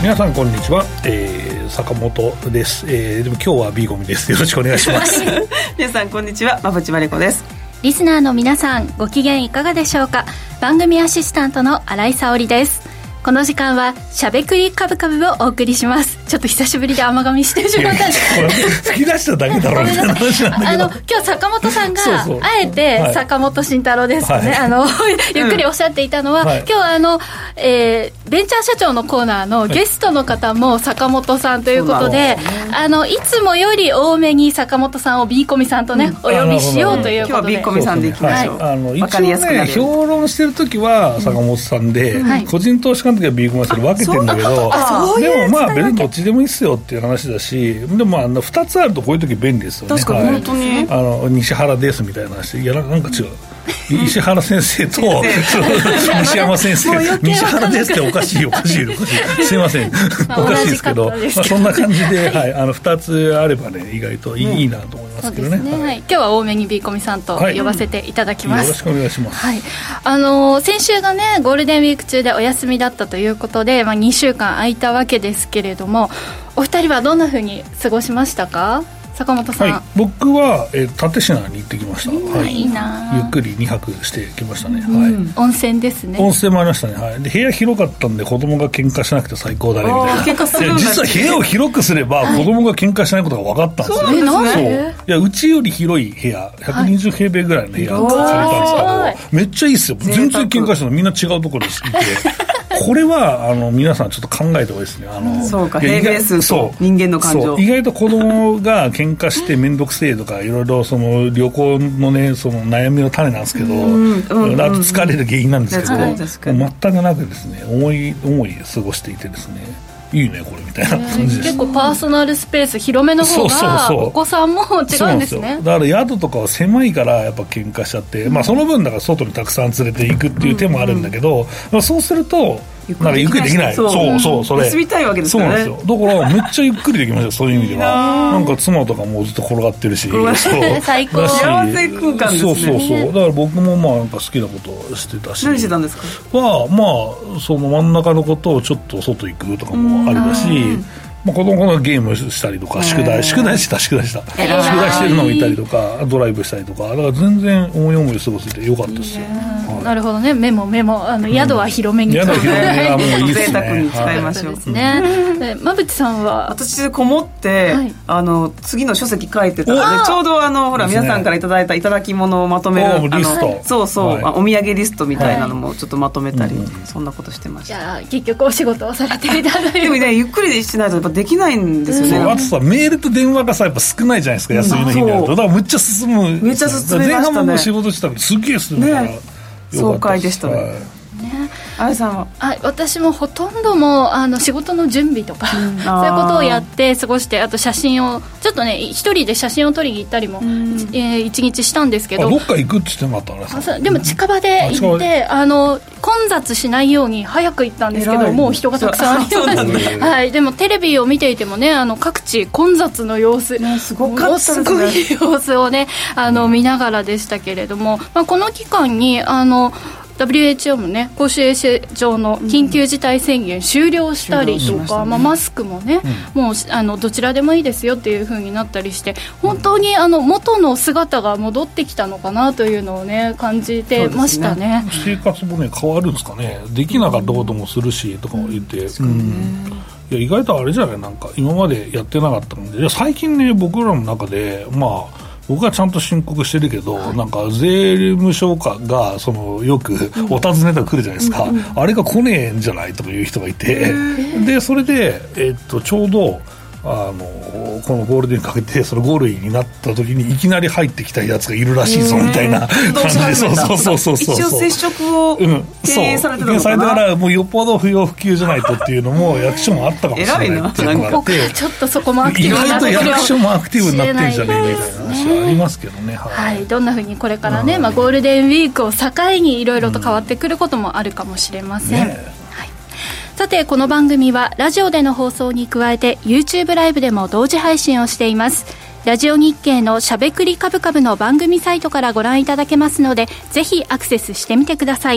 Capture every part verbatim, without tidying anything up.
皆さんこんにちは、えー、坂本です、えー、でも今日は B ゴミです。よろしくお願いします皆さんこんにちは、馬淵真理子です。 リスナーの皆さんご機嫌いかがでしょうか。番組アシスタントの新井沙織です。この時間はしゃべくりカブカブをお送りします。ちょっと久しぶりで甘噛みしてしまったんです吹き出しただけだろうみたいな話なんだけど、 あの今日坂本さんがそうそうあえて坂本慎太郎ですね、はい、あのゆっくりおっしゃっていたのは、うん、今日はあの、えー、ベンチャー社長のコーナーのゲストの方も坂本さんということで、はい、あのいつもより多めに坂本さんを B コミさんとね、うん、お呼びしようということで、 今日は B コミさんでいきましょう、はい、あの分かりやすくなる。一応ね評論してる時は坂本さんで、うんはい、個人投資家の時は B コミさんで分けてるんだけど、でもまあ別にどっちでもいいっすよっていう話だし、でもあのふたつあるとこういう時便利ですよね。 確かに本当に、 はい、あの西原ですみたいな話、いやなんか違う石原先生と西山先生西原ですっておかしいおかしいおかしいすいませんおかしいですけど、まあ、そんな感じで、はい、あのふたつあればね意外といい、うん、いいなと思いますけどね。 そうですね、はい、今日は多めに B コミさんと呼ばせていただきます、はい、 よろしくお願いします、 はい、あの先週がねゴールデンウィーク中でお休みだったということで、まあ、にしゅうかん空いたわけですけれども、お二人はどんな風に過ごしましたか。坂本さん。 はい、僕は、えー、立科に行ってきました。 いいな、 はい、 いいな。 ゆっくりにはくしてきましたね、 うんはい、 温泉ですね。 温泉もありましたね、はい、で部屋広かったんで子供が喧嘩しなくて最高だねみたいな。 喧嘩するんだ。 実は部屋を広くすれば子供が喧嘩しないことが分かったんですよ、 はい、そうなんですね。 そういやうちより広い部屋ひゃくにじゅう平米ぐらいの部屋を借りたんですけど、めっちゃいいっすよ。全然喧嘩してるのみんな違うところにいてこれはあの皆さんちょっと考えた方がいいですね。あのそうか、平米数と人間の感情。 意外と子供が喧嘩して面倒くせえとかいろいろその旅行のねその悩みの種なんですけど、うんうんうん、あと疲れる原因なんですけど、全くなくですね思い思い過ごしていてですね、いいねこれみたいな感じです。 結構パーソナルスペース広めの方がお子さんも違うんですね。 だから宿とかは狭いからやっぱ喧嘩しちゃって、うんまあ、その分だから外にたくさん連れていくっていう手もあるんだけど、うんうんまあ、そうするとなんかゆっくりできない。そうそうそうそれ休みたいわけですからね。 そうなんですよ。だからめっちゃゆっくりできましたそういう意味では。なんか妻とかもずっと転がってるし、 最高。 幸せ空間ですね。 そうそうそう。だから僕もまあなんか好きなことをしてたし。 何してたんですか。 はまあその真ん中のことをちょっと外行くとかもありだし。まあ、子供がゲームしたりとか宿題宿題した宿題した宿題してるのを見たりとかドライブしたりとか、だから全然思い思い過ごせてよかったですよ、はい、 なるほどね。メモメモあの、うん、宿は広めに宿は広めがもういいですね。 贅沢に使いましょう、 はい、ですね。馬淵さんは。 私こもって、はい、あの次の書籍書いてたのでちょうどあのほら皆さんからいただいたいただき物をまとめるあのリストそうそう、はい、お土産リストみたいなのもちょっとまとめたり、はい、そんなことしてました。 じゃあ結局お仕事をされていただいてでもねゆっくりしないとやっぱできないんですよね。 そうあとさメールと電話がさやっぱ少ないじゃないですか、休みの日になると。だからむっちゃ進む。 めっちゃ進みましたね。 前半ももう仕事してたからすげえ進むから、ね、 爽快でしたね、はいね、 あやさんは。 あ私もほとんどもあの仕事の準備とか、うん、そういうことをやって過ごして、あと写真をちょっとね一人で写真を撮りに行ったりも、うんえー、一日したんですけど。 あどっか行くって言ってなかったあでも近場で行って、うん、あの混雑しないように早く行ったんですけど、もう人がたくさんあります、はい、でもテレビを見ていてもねあの各地混雑の様子、 ね、すごかったですね。 すごい様子をねあの見ながらでしたけれども、まあ、この期間にあのダブリューエイチオー もね公衆衛生上の緊急事態宣言終了したりとか、うんまあ、マスクもね、うん、もうあのどちらでもいいですよっていう風になったりして、本当にあの元の姿が戻ってきたのかなというのをね感じてましたね。 ね生活もね変わるんですかね。できなかったこともするしとかも言って、うんうん、いや意外とあれじゃないなんか今までやってなかったので、いや最近ね僕らの中でまあ僕はちゃんと申告してるけど、はい、なんか税務署がそのよくお尋ねとか来るじゃないですか、うんうん、あれが来ねえんじゃないとかいう人がいて、でそれで、えっと、ちょうどあのこのゴールデンかけてそのご類になった時にいきなり入ってきたやつがいるらしいぞみたいな感じで、そうそうそうそうそう、 一応接触を経営されてたのかな、うん、 そうだからもうよっぽど不要不急じゃないとっていうのも役所もあったかもしれないっていうのがあって、 ちょっとそこもアクティブになってる、 意外と役所もアクティブになってるじゃねえみたいな話はありますけどね、 はい、はい、どんなふうにこれからね、まあ、ゴールデンウィークを境にいろいろと変わってくることもあるかもしれません、ね。さてこの番組はラジオでの放送に加えて YouTube ライブでも同時配信をしています。ラジオ日経のしゃべくりカブカブの番組サイトからご覧いただけますので、ぜひアクセスしてみてください。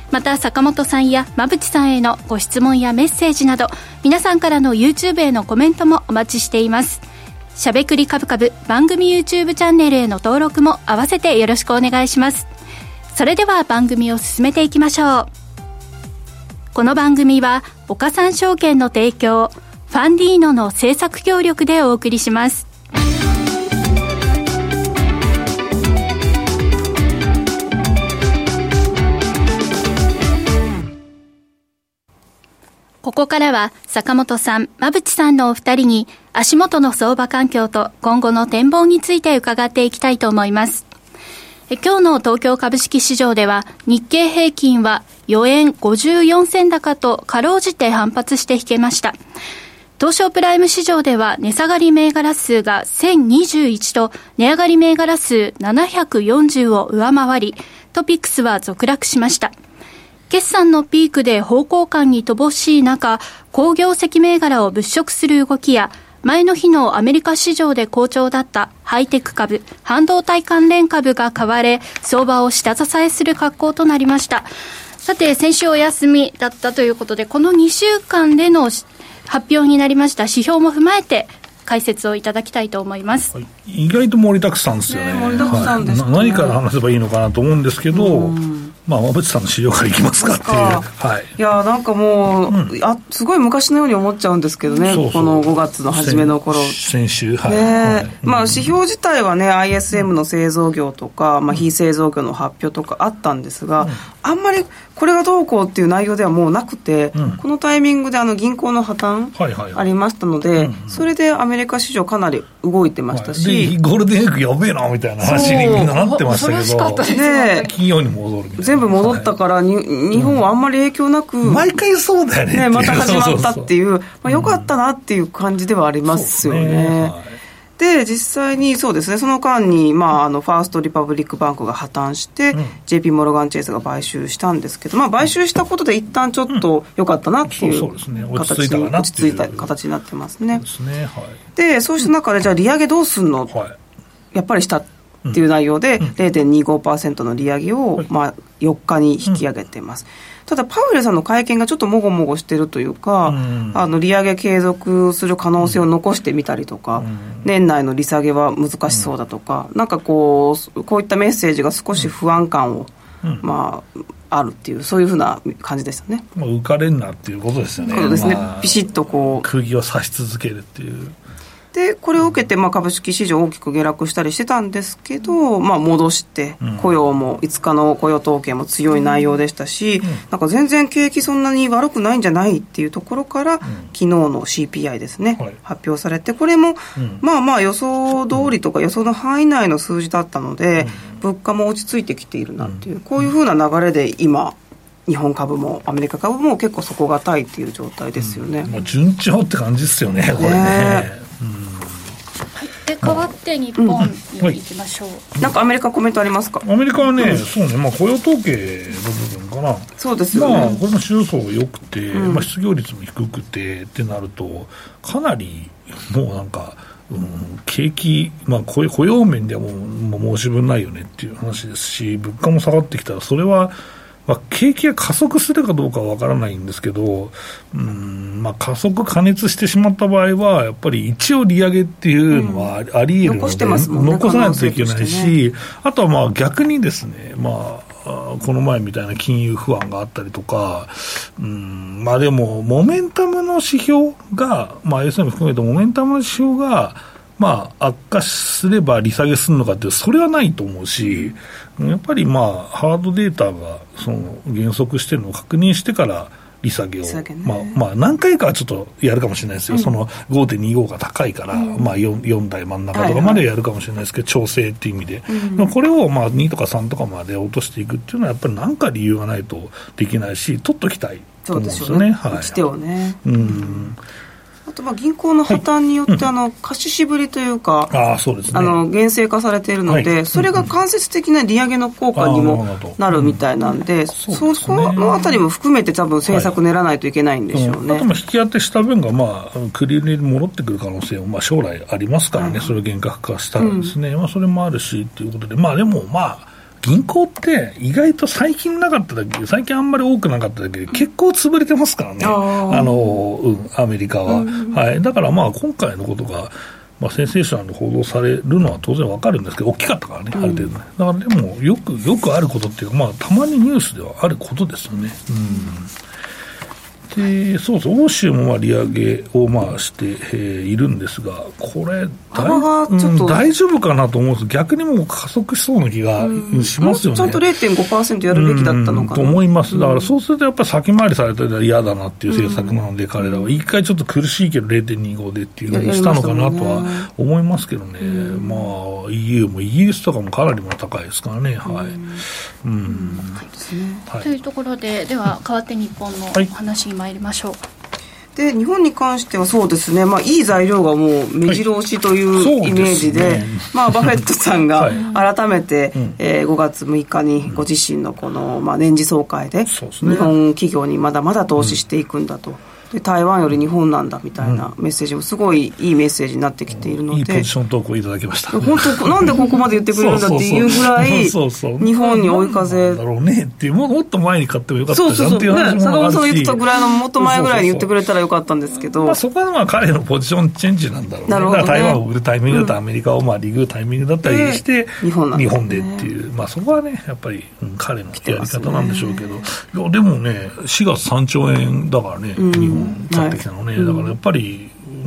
また坂本さんや馬淵さんへのご質問やメッセージなど、皆さんからの YouTube へのコメントもお待ちしています。しゃべくりカブカブ番組 YouTube チャンネルへの登録も合わせてよろしくお願いします。それでは番組を進めていきましょう。この番組は岡三証券の提供、ファンディーノの制作協力でお送りします。ここからは坂本さん、馬淵さんのお二人に足元の相場環境と今後の展望について伺っていきたいと思います。え今日の東京株式市場では日経平均はよえんごじゅうよんせん高とかろうじて反発して引けました。東証プライム市場では値下がり銘柄数がせんにじゅういちと値上がり銘柄数ななひゃくよんじゅうを上回り、トピックスは続落しました。決算のピークで方向感に乏しい中、好業績銘柄を物色する動きや、前の日のアメリカ市場で好調だったハイテク株、半導体関連株が買われ、相場を下支えする格好となりました。さて、先週お休みだったということで、このにしゅうかんでの発表になりました指標も踏まえて解説をいただきたいと思います。 はい、意外と盛りだくさんですよね。 ね、盛りだくさんですね、 はい、何から話せばいいのかなと思うんですけど、まあ、馬淵さんの資料からいきますかっていう。はい、 いやなんかもう、うん、あすごい昔のように思っちゃうんですけどね。そうそう、このごがつの初めの頃、 先週、はい、 ね、 はい、 まあ、指標自体はね アイエスエム の製造業とか、まあ、非製造業の発表とかあったんですが、うん、あんまりこれがどうこうっていう内容ではもうなくて、うん、このタイミングであの銀行の破綻ありましたので、はいはいはい、それでアメリカ市場かなり動いてましたし、はい、 でゴールデンウィークやべえなみたいな話にみんななってましたけど、 恐ろしかったですね。 金曜に戻るみたいな、 全部戻ったから、はい、日本はあんまり影響なく、 うん、毎回そうだよ ね, ねまた始まったっていう、そうそうそう、まあ、よかったなっていう感じではありますよね。うん、ね、はい、で実際にそうですね、その間に、まあ、あのファーストリパブリックバンクが破綻して、うん、ジェーピー モルガンチェイスが買収したんですけど、まあ、買収したことで一旦ちょっと良かったなっていう形に落ち着いた形になってますね。 そうですね、はい、 でそうした中でじゃあ利上げどうすんの、はい、やっぱりしたっていう内容で ゼロてんにごパーセント の利上げを、まあ、よっかに引き上げています。ただパウエルさんの会見がちょっともごもごしてるというか、うん、あの利上げ継続する可能性を残してみたりとか、うん、年内の利下げは難しそうだとか、うん、なんかこうこういったメッセージが少し不安感を、うん、まあ、あるっていう、そういうふうな感じでしたね。 まあ、浮かれんなっていうことですよね。 そうですね、 まあ、 ピシッとこう釘を刺し続けるっていう。 でこれを受けて、まあ、株式市場大きく下落したりしてたんですけど、まあ、戻して雇用もいつかの雇用統計も強い内容でしたし、うん、なんか全然景気そんなに悪くないんじゃないっていうところから、うん、昨日の シーピーアイ ですね、はい、発表されて、これも、うん、まあまあ予想通りとか予想の範囲内の数字だったので、うん、物価も落ち着いてきているなっていう、こういうふうな流れで今日本株もアメリカ株も結構底堅いっていう状態ですよね。 うん、もう順調って感じですよね、これね。ね、うん、 で変わって日本に行きましょう。うん、はい、 なんかアメリカコメントありますか？ アメリカはね、うん、そうね、まあ、雇用統計の部分かな。 そうですよね。 まあ、これも就業層が良くて、うん、まあ、失業率も低くてってなるとかなりもうなんか、うん、景気、まあ、雇用面ではもう、もう申し分ないよねっていう話ですし、物価も下がってきたらそれはまあ、景気が加速するかどうかは分からないんですけど、うん、まあ、加速加熱してしまった場合はやっぱり一応利上げっていうのはあり得るので、うん、残してますもんね、残さないといけないし、ね、あとはまあ逆にですね、まあ、この前みたいな金融不安があったりとか、うん、まあ、でもモメンタムの指標が、まあ、エスエム 含めてモメンタムの指標がまあ、悪化すれば利下げするのかってそれはないと思うし、やっぱりまあハードデータがその減速してるのを確認してから利下げを、ね、まあまあ、何回かはちょっとやるかもしれないですよ、うん、その ごてんにご が高いから、うん、まあ、4, よん台真ん中とかまでやるかもしれないですけど、はいはい、調整っていう意味で、うん、これをまあにとかさんとかまで落としていくっていうのはやっぱり何か理由がないとできないし、取っときたいと思うんですよね。そうですよね、はい、打ち手をね、うん、あとまあ銀行の破綻によって、はい、あの貸ししぶりというか、 あ、そうですね、 あの厳正化されているので、はい、それが間接的な利上げの効果にもなるみたいなんで、うん、そ, そのあたりも含めて多分政策練らないといけないんでしょうね、はい、うん、あとも引き当てした分が、まあ、クリーンに戻ってくる可能性も、まあ、将来ありますからね、はい、それを厳格化したらですね、うん、まあ、それもあるしということで、まあ、でもまあ銀行って意外と最近なかっただけ、最近あんまり多くなかっただけで結構潰れてますからね、あの、うん、アメリカは、うん、はい、だからまあ今回のことが、まあ、センセーショナルで報道されるのは当然わかるんですけど、大きかったからね、ある程度ね。だからでもよくよくあることっていうか、まあたまにニュースではあることですよね。うんでそうそう、欧州もまあ利上げをまあして、えー、いるんですが、これ大、うん、大丈夫かなと思うんです。逆にもう加速しそうな気がしますよね。 ちゃんと れいてんごパーセント やるべきだったのかな、 と思います。だからそうするとやっぱり先回りされたら嫌だなっていう政策なので、うん、彼らは一回ちょっと苦しいけど れいてんにご でっていうふうにしたのかなとは思いますけどね、うん、まあ イーユー もイギリスとかもかなりも高いですからね、はい、うんうん、 はい、というところで、では代わって日本の話に参りましょう。はい、 で日本に関してはそうですね、まあ、いい材料がもう目白押しというイメージで、はい、まあ、バフェットさんが改めて、はい、えー、ごがつむいかにご自身のこの、まあ、年次総会で日本企業にまだまだ投資していくんだと、で台湾より日本なんだみたいなメッセージもすごいいいメッセージになってきているので、 いいポジショントークをいただきました。 本当なんでここまで言ってくれるんだっていうぐらい日本に追い風だろうねっていう、もっと前に買ってもよかったじゃんっていう話もあるし、 坂本さんが言ったぐらいのもっと前ぐらいに言ってくれたらよかったんですけど、 まあ、そこはまあ彼のポジションチェンジなんだろうね。だから台湾を売るタイミングだったらアメリカをまあリグるタイミングだったりして、日本なんですね、日本でっていう、まあ、そこはねやっぱり、うん、彼のやり方なんでしょうけど、いやでもねしがつさんちょうえんだからね、うん、日本買ってきたの、はい、ね、だからやっぱり、うん、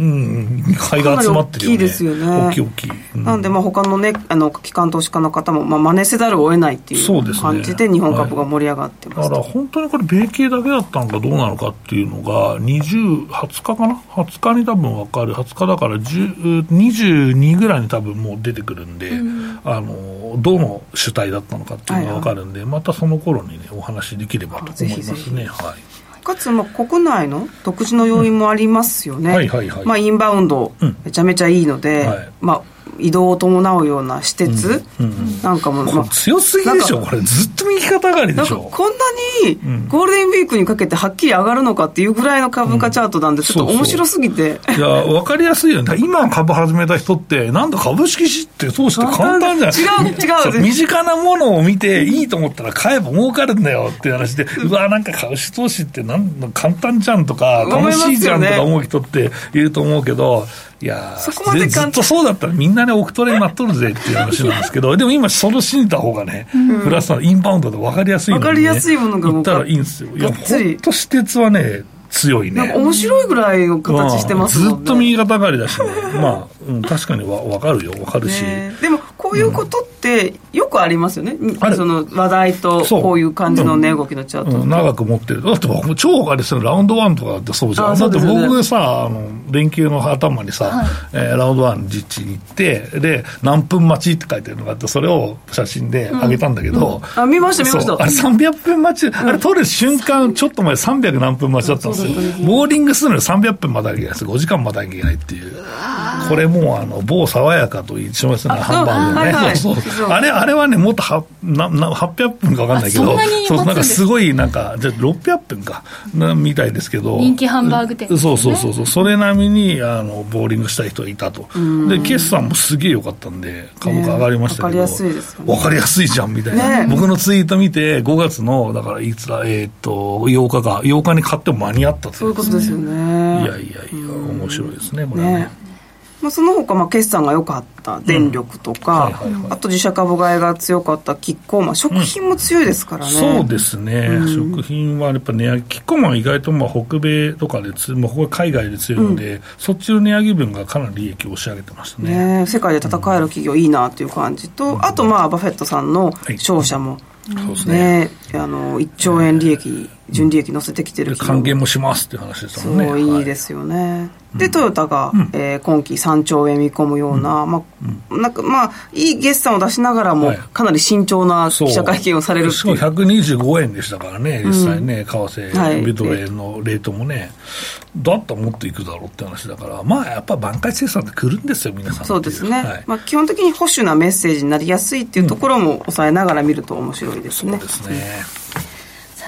買いが集まってるよね。大きいですよね。大きい大きい、うん、 なんでまあ他のね、あの機関投資家の方もまあ真似せざるを得ないっていう感じで日本株が盛り上がってます、 はい、だから本当にこれ米系だけだったのかどうなのかっていうのがにじゅう、はつかかな、はつかに多分分かる、はつかだからにじゅうにぐらいに多分もう出てくるんで、うん、あのどの主体だったのかっていうのが分かるんで、はいはい、またその頃にねお話できればと思いますね。はい、 かつまあ国内の独自の要因もありますよね、 うんはいはいはい、 まあ、インバウンドめちゃめちゃいいので、うんはい、まあ、移動を伴うような私鉄なんかも、 うんうん、まあ、強すぎでしょこれ、ずっと右肩上がりでしょ。 なんかこんなにゴールデンウィークにかけてはっきり上がるのかっていうぐらいの株価チャートなんで、ちょっと面白すぎて、 うん、そうそういや分かりやすいよね。今株始めた人ってなんだ株式知って投資って簡単じゃん。 違う違う身近なものを見ていいと思ったら買えば儲かるんだよっていう話で、うわなんか株式投資ってなん簡単じゃんとか楽しいじゃんとか思う人っていると思うけど、いやそこまでずっとそうだったらみんなね億トレになっとるぜっていう話なんですけどでも今その信じた方がね、うん、プラスインバウンドで分かりやすいので、ね、 分かりやすいものが言ったらいいんですよ。いや本当私鉄はね強いね。 なんか面白いぐらいの形してますもんね、 うん、ずっと右肩上がりだしねまあ、うん、確かにわ分かるよ分かるし、 ね、でもこういうことってよくありますよね、うん、その話題とこういう感じの値、ね、動きのチャート、 うん、長く持ってる。だって僕超分かりやすいラウンドワンとかってそうじゃん。だって僕さあの連休の頭にさ、はい、えー、ラウンドワン実地に行ってで何分待ちって書いてるのがあってそれを写真で上げたんだけど、 うん、あ見ました見ました。 あれさんびゃっぷん待ち、うん、あれ撮る瞬間ちょっと前さんびゃく何分待ちだったんですよ。ボーリングするのにさんびゃっぷん待たなきゃいけないです。ごじかん待たなきゃいけないっていう。これもうあの某爽やかと一緒ですね、ハンバーグのね、はいはい、そうそうあれあれはねもっとはななはっぴゃっぷんか分かんないけど、そうなんかすごいなんかじゃろっぴゃっぷんかなみたいですけど、 人気ハンバーグ店、ね、 そうそうそうそう、それなみにあのボーリングしたい人がいたと。で決算もすげえ良かったんで株価上がりましたけど、ね、分かりやすいですよね。分かりやすいじゃんみたいな、ね、僕のツイート見てごがつのだからいつだえー、っとようかかようかに買っても間に合ったって、 そういうことですよね。 いやいやいや面白いですねこれはね。ね、 まあ、その他まあ決算が良かった電力とか、うんはいはいはい、あと自社株買いが強かったキッコーマン、食品も強いですからね、 うん、そうですね、うん、食品はやっぱ値上げ、キッコーマンは意外とまあ北米とかでつ、まあ、ここは海外で強いので、うん、そっちの値上げ分がかなり利益を押し上げてましたね。 ね、世界で戦える企業いいなという感じと、うん、あとまあバフェットさんの商社も、はい、そうですね、あのいっちょうえん利益、純利益乗せてきてる企業、 還元もしますっていう話ですもんね。 そういいですよね、はい、でトヨタが、うんえー、今期さんちょうえん見込むような、うんまあなんかまあ、いい決算を出しながらも、はい、かなり慎重な記者会見をされるっていう。 しかもひゃくにじゅうごえんでしたからね実際ね、うん、為替ビトレのレートもね、だったらもっといくだろうって話だから、まあやっぱ挽回生産ってくるんですよ皆さん。 そうですね、はい、まあ、基本的に保守なメッセージになりやすいっていうところも抑えながら見ると面白いですね。 うん、そうですね。 さ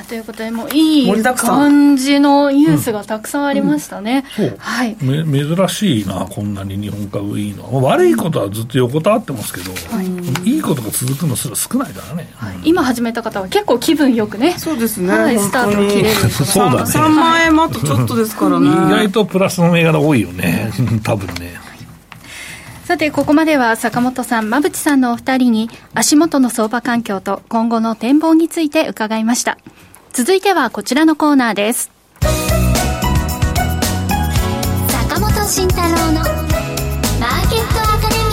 ということでもういい感じのニュースがたくさんありましたね、 うんうん、そう、はい、め珍しいなこんなに日本株いいのは。悪いことはずっと横たわってますけど、はい、いいことが続くのすら少ないからね、はい、 今始めた方は結構気分よくね、 そうですね、 はい、スタートを切れるそうだね、 さんまんえんもあとちょっとですからね意外とプラスの銘柄多いよね多分ね。 さてここまでは坂本さん、馬淵さんのお二人に足元の相場環境と今後の展望について伺いました。続いてはこちらのコーナーです。 坂本慎太郎のマーケットアカデミ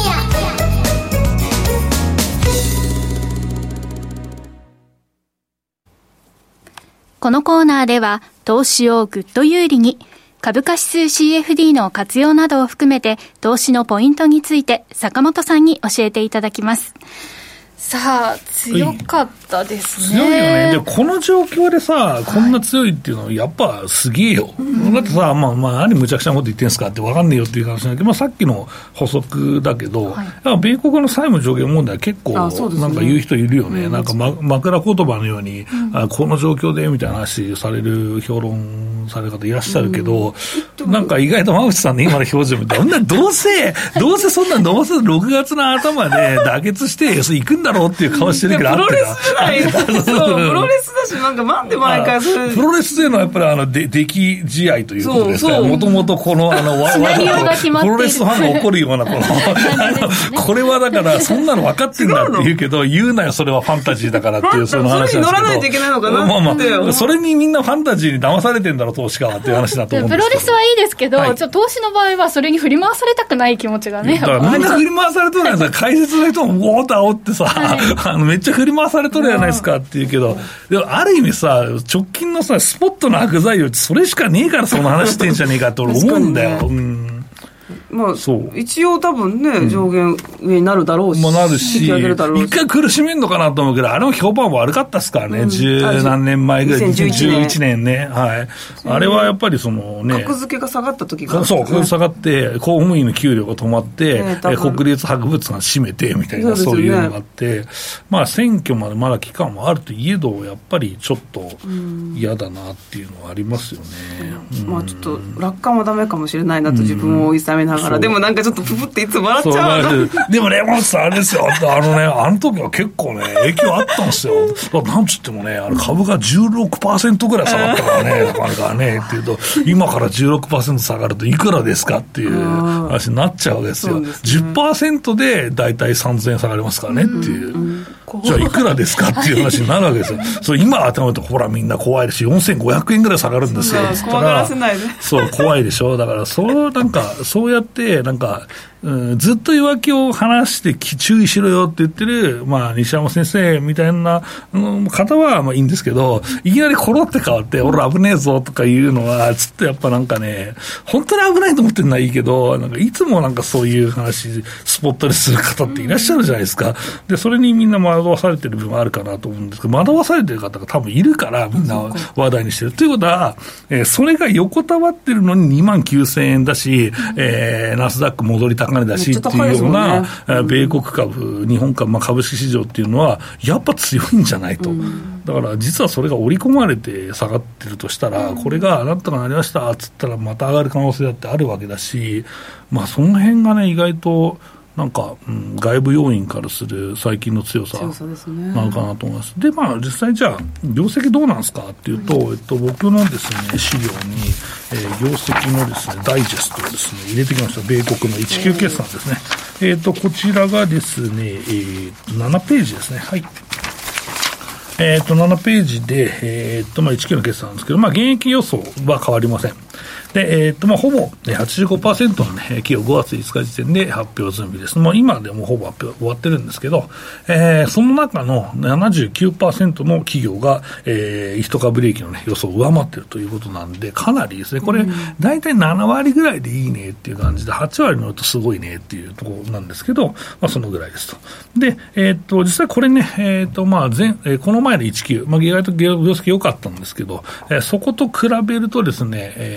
ア。 このコーナーでは投資をぐっと有利に、株価指数 シーエフディー の活用などを含めて投資のポイントについて坂本さんに教えていただきます。さあ強かったですね。 強いよね。でこの状況でさこんな強いっていうのはやっぱすげえよ、うん、だってさ、まあ、まあ何無茶苦茶なこと言ってんすかって分かんねえよっていう話なんだけど、まあ、さっきの補足だけど、はい、米国の債務上限問題は結構なんか言う人いるよね、うん、なんか、ま、枕言葉のように、うん、あこの状況でみたいな話される評論される方いらっしゃるけど、うん、なんか意外と馬淵さんの今の表情見てどうせどうせそんなのろくがつの頭で妥結して行くんだろうっていう顔してるけど、 プロレスじゃないですかプロレスだし、なんかなんで毎回それプロレスというのはやっぱりあので出来試合ということですから、もともとこのあのシナリオが決まっているプロレスファンが起こるようなこのこれはだからそんなの分かってんだって言うけど言うなよそれはファンタジーだからっていうその話なんですけど、 それに乗らないといけないのかなって、まあまあ、それにみんなファンタジーに騙されてんだろ投資家はっていう話だと思うんですけど、 プロレスはいいですけど、はい、ちょ投資の場合はそれに振り回されたくない気持ちがね、 だからみんな振り回されとるやつは解説の人もウォーと煽ってさ、はい、あのめっちゃ振り回されとるじゃないですかって言うけど、でもある意味さ直近のさスポットの悪材料ってそれしかねえからその話してんじゃねえかって俺思うんだよ、うん、 まあ、そう一応多分ね、うん、上限上になるだろうし、 もなるし、一回苦しめんのかなと思うけど、あれも評判悪かったですからね、十、うん、何年前ぐらい、にせんじゅういちねんね、はい、あれはやっぱりそのね、 格付けが下がった時が、 そう、格付け下がって、公務員の給料が止まって、ね、国立博物館閉めてみたいな、そう、ね、そういうのがあって、まあ、選挙までまだ期間もあるといえど、やっぱりちょっと嫌だなっていうのはありますよね。 うんうん、まあ、ちょっと楽観はダメかもしれないなと自分を追い冷めながら、うん、でもなんかちょっとププっていつも笑っちゃうでもね、山本さんあれですよ、あのね、あの時は結構ね影響あったんですよなんつってもね、あの株が じゅうろくパーセント ぐらい下がったからねなかなかねっていうと、今から じゅうろくパーセント 下がるといくらですかっていう話になっちゃうわけですよ。です、ね、じゅっパーセント でだいたいさんぜんえん下がりますからねっていう、うんうんうん、じゃあいくらですかっていう話になるわけですよそう今頭とほらみんな怖いしよんせんごひゃくえんぐらい下がるんですよっつったら、怖がらせないでそう怖いでしょ。だからそうなんかそうやってなんかうん、ずっと弱気を話して注意しろよって言ってる、まあ、西山先生みたいな、うん、方はまあいいんですけど、いきなりコロって変わって俺危ねえぞとかいうのはちょっとやっぱなんかね、本当に危ないと思ってるのはいいけど、なんかいつもなんかそういう話スポットでする方っていらっしゃるじゃないですか。でそれにみんな惑わされてる部分はあるかなと思うんですけど、惑わされてる方が多分いるからみんな話題にしてるということは、えー、それが横たわってるのににまんきゅうせんえんだし、えー、ナスダック戻り高値だしっていうような、ね、米国株、日本株、まあ、株式市場っていうのはやっぱ強いんじゃないと、うん、だから実はそれが織り込まれて下がってるとしたら、うん、これがなんとかなりましたっつったらまた上がる可能性だってあるわけだし、まあ、その辺がね意外となんか、うん、外部要因からする最近の強さなのかなと思います。で、まあ、実際じゃあ業績どうなんですかっていうと、うん、えっと、僕のですね資料に、えー、業績のですねダイジェストをですね入れてきました。米国のいち級決算ですね。えー、っとこちらがですね、えー、ななページですね。はい。えー、っとななページで、えー、っとまあ、いち級の決算なんですけど、まあ、現役予想は変わりません。で、えーとまあ、ほぼ、ね、はちじゅうごパーセント の、ね、企業ごがついつか時点で発表済みです。もう今でもほぼ発表終わってるんですけど、えー、その中の ななじゅうきゅうパーセント の企業が、えー、一株利益の、ね、予想を上回ってるということなんで、かなりですね、これ、大体ななわりぐらいでいいねっていう感じで、はちわり乗るとすごいねっていうところなんですけど、まあ、そのぐらいですと。で、えーと、実際これね、えーとまあ前えー、この前のいち級、まあ、意外と業績良かったんですけど、えー、そこと比べるとですね、えー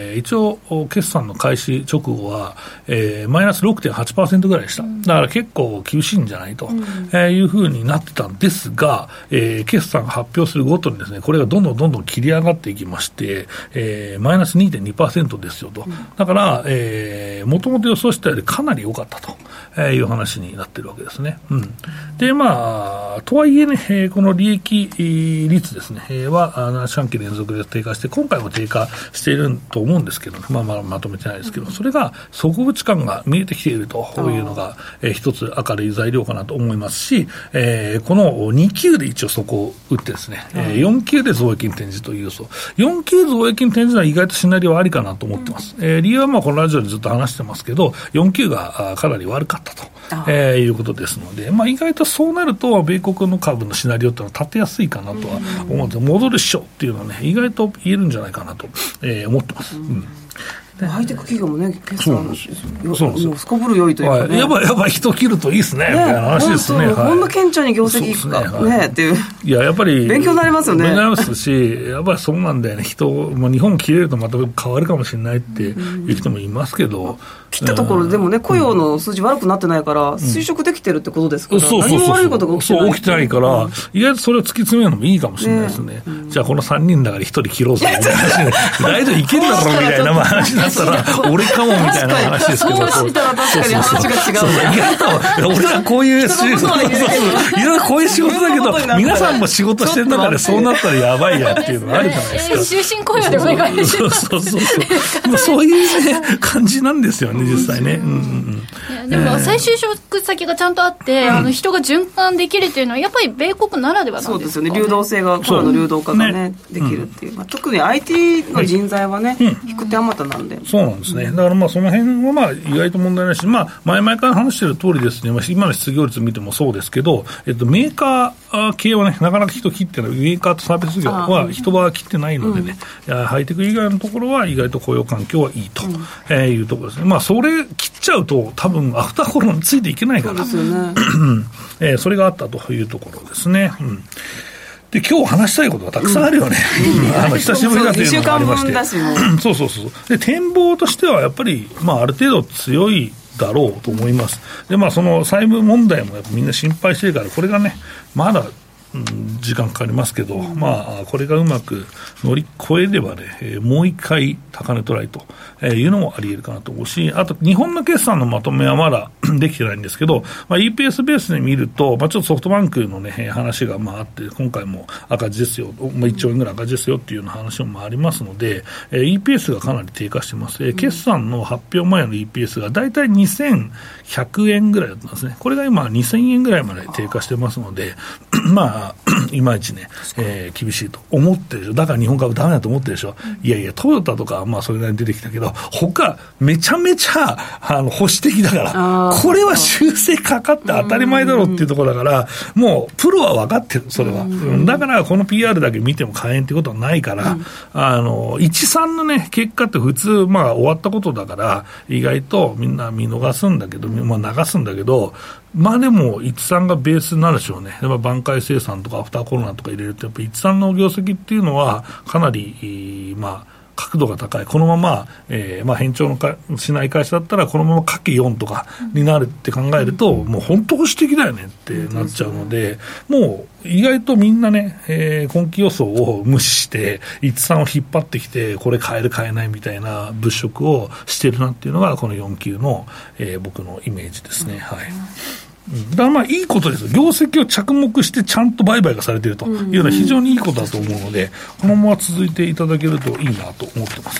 えー、一応決算の開始直後は、えー、マイナス ろくてんはちパーセント ぐらいでした、うん、だから結構厳しいんじゃないと、うんえー、いうふうになってたんですが、えー、決算が発表するごとにですねこれがどんどんどんどん切り上がっていきまして、えー、マイナス にてんにパーセント ですよと、うん、だから、えー、もともと予想したよりかなり良かったと、えー、いう話になってるわけですね、うん、でまあとはいえね、えー、この利益率ですね、えー、はなな四半期連続で低下して今回も低下していると思うんですけど、ね、まあまあまとめてないですけど、それが底打ち感が見えてきているというのが、えー、一つ明るい材料かなと思いますし、えー、このに級で一応底を打ってですね、えー、よん級で増益に転じという予想、よん級増益に転じるのは意外とシナリオはありかなと思ってます、えー、理由はまあこのラジオでずっと話してますけどよん級がかなり悪かったと、えー、いうことですので、まあ、意外とそうなると米国の株のシナリオっていうのは立てやすいかなとは思うんです、戻るっしょっていうのはね意外と言えるんじゃないかなと、えー、思ってます、うんハイテク企業もね、決算もうすこぶる良いというか、ね、 はい、やばいやばい人切るといいですね、ねみたいな話ですね。 こんな顕著に業績いくか、ねはい、ねっていう。 いや、やっぱり勉強になりますよね。 勉強になりますし、やっぱりそうなんだよね。人、まあ、日本切れるとまた変わるかもしれないっていう人もいますけど。うん、 切ったところでもね、雇用の数字悪くなってないから、推測できてるってことですから、うん、何も悪いことが起きてない。 そう、起きてないから、うん、意外とそれを突き詰めるのもいいかもしれないですね。ねうん、じゃあこのさんにんだからひとり切ろうぜみたいな話で、大丈夫いけるだろうみたいな話だったら、俺かもみたいな話ですけど、 そうしたら確かに話が違う。 そうそう意外と俺はこういう仕事いろいろこういう仕事だけど皆さんも仕事してる中でそうなったらやばいやっていうのがあるじゃないですか。 終身雇用でお願いします。 そうそうそうそう。そういうね感じなんですよね実際ね。うんうん、 いやでも再就職先がちゃんとあって、えー、あの人が循環できるっていうのはやっぱり米国ならではなんですか。 そうですよね。流動性がコロナの流動化がね、ねできるっていう、まあ、特に アイティー の人材はね、はい、引く手あまたなんで。 そうなんですね。だからまあその辺はまあ意外と問題ないし、まあ、前々から話している通りですね、まあ、今の失業率見てもそうですけど、えっと、メーカー系はねなかなか人切ってない、メーカーとサービス業は人は切ってないのでね、うん、いやハイテク以外のところは意外と雇用環境はいいと、うんえー、いうところですね。まあそれ切っちゃうと多分アフターコロナについていけないから、 そうですよねえー、それがあったというところですね。うんで今日話したいことがたくさんあるよね、うん、あの久しぶりだというのがありましてそうそうそうで展望としてはやっぱり、まあ、ある程度強いだろうと思います。で、まあ、その債務問題もやっぱみんな心配してるからこれがねまだうん、時間かかりますけど、うん、まあこれがうまく乗り越えればね、えー、もう一回高値トライというのもあり得るかなと思うし、あと日本の決算のまとめはまだできてないんですけど、まあ、イーピーエス ベースで見ると、まあ、ちょっとソフトバンクのね話がまああって今回も赤字ですよ、まあ、いっちょうえんぐらい赤字ですよっていうような話もありますので、えー、イーピーエス がかなり低下してます、えー、決算の発表前の イーピーエス がだいたいにせんひゃくえんぐらいだったんですね。これが今にせんえんぐらいまで低下してますのでまあいまいちね、えー、厳しいと思ってるでしょ。だから日本株ダメだと思ってるでしょ。いやいやトヨタとかまあそれなりに出てきたけど他めちゃめちゃあの保守的だからこれは修正かかって当たり前だろうっていうところだからもうプロは分かってるそれは、うん、だからこの ピーアール だけ見ても買えんってことはないから、うん、あのいちさんのね結果って普通まあ終わったことだから意外とみんな見逃すんだけど、まあ、流すんだけどまあでもいちさんがベースになるでしょうね。やっぱ挽回生産とかアフターコロナとか入れるとやっぱいちさんの業績っていうのはかなりまあ角度が高い。このまま、えー、まあ変調のかしない会社だったらこのままかけよんとかになるって考えると、うん、もう本当保守的だよねってなっちゃうので、うん、もう意外とみんなね、えー、今期予想を無視していちさんを引っ張ってきてこれ買える買えないみたいな物色をしてるなっていうのがこのよん級の、えー、僕のイメージですね、うん、はい。だからまあいいことです。業績を着目してちゃんと売買がされているというのは非常にいいことだと思うので、このまま続いていただけるといいなと思ってます。